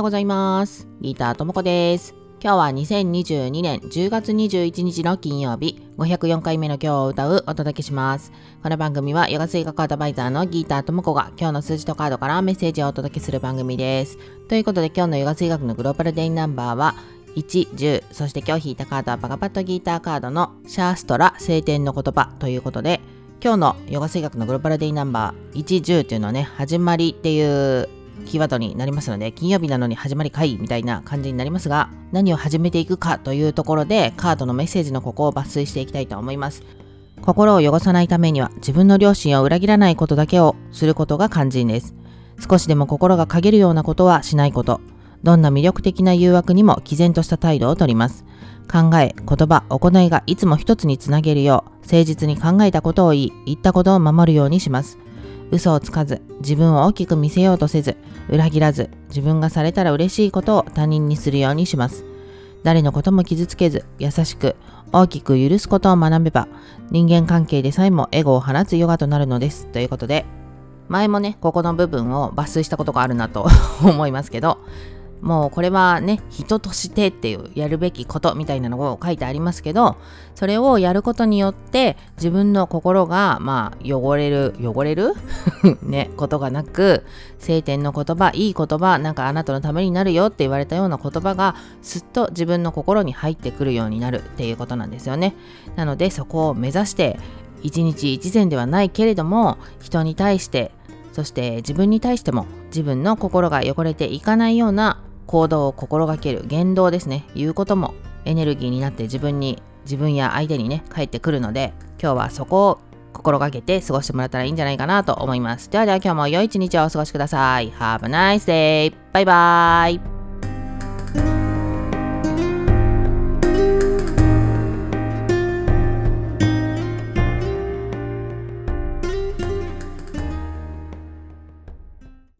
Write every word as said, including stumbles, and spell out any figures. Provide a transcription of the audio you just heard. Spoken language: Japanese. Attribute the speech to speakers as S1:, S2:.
S1: ようございます。ギターともこです。今日はにせんにじゅうにねんじゅうがつにじゅういちにちの金曜日、ごひゃくよんかいめの今日を歌うお届けします。この番組はヨガ水学アドバイザーのギターともこが今日の数字とカードからメッセージをお届けする番組です。ということで今日のヨガ水学のグローバルデイナンバーはいち、じゅう、そして今日引いたカードはバカパッドギターカードのシャーストラ聖典の言葉ということで、今日のヨガ水学のグローバルデイナンバーいち、じゅうっていうのはね、始まりっていうキーワードになりますので、金曜日なのに始まり会みたいな感じになりますが、何を始めていくかというところでカードのメッセージのここを抜粋していきたいと思います。心を汚さないためには自分の良心を裏切らないことだけをすることが肝心です。少しでも心が陰るようなことはしないこと。どんな魅力的な誘惑にも毅然とした態度をとります。考え、言葉、行いがいつも一つにつなげるよう誠実に考えたことを言い、言ったことを守るようにします。嘘をつかず、自分を大きく見せようとせず、裏切らず、自分がされたら嬉しいことを他人にするようにします。誰のことも傷つけず、優しく、大きく許すことを学べば、人間関係でさえもエゴを放つヨガとなるのです。ということで、前もね、ここの部分を抜粋したことがあるなと思いますけど、もうこれはね、人としてっていうやるべきことみたいなのを書いてありますけど、それをやることによって自分の心がまあ汚れる汚れるねことがなく、聖典の言葉、いい言葉、なんかあなたのためになるよって言われたような言葉がすっと自分の心に入ってくるようになるっていうことなんですよね。なのでそこを目指して一日一善ではないけれども、人に対してそして自分に対しても自分の心が汚れていかないような行動を心がける言動ですね、いうこともエネルギーになって自分に自分や相手にね返ってくるので、今日はそこを心がけて過ごしてもらったらいいんじゃないかなと思います。ではでは今日も良い一日をお過ごしください。 Have a nice day. バイバイ。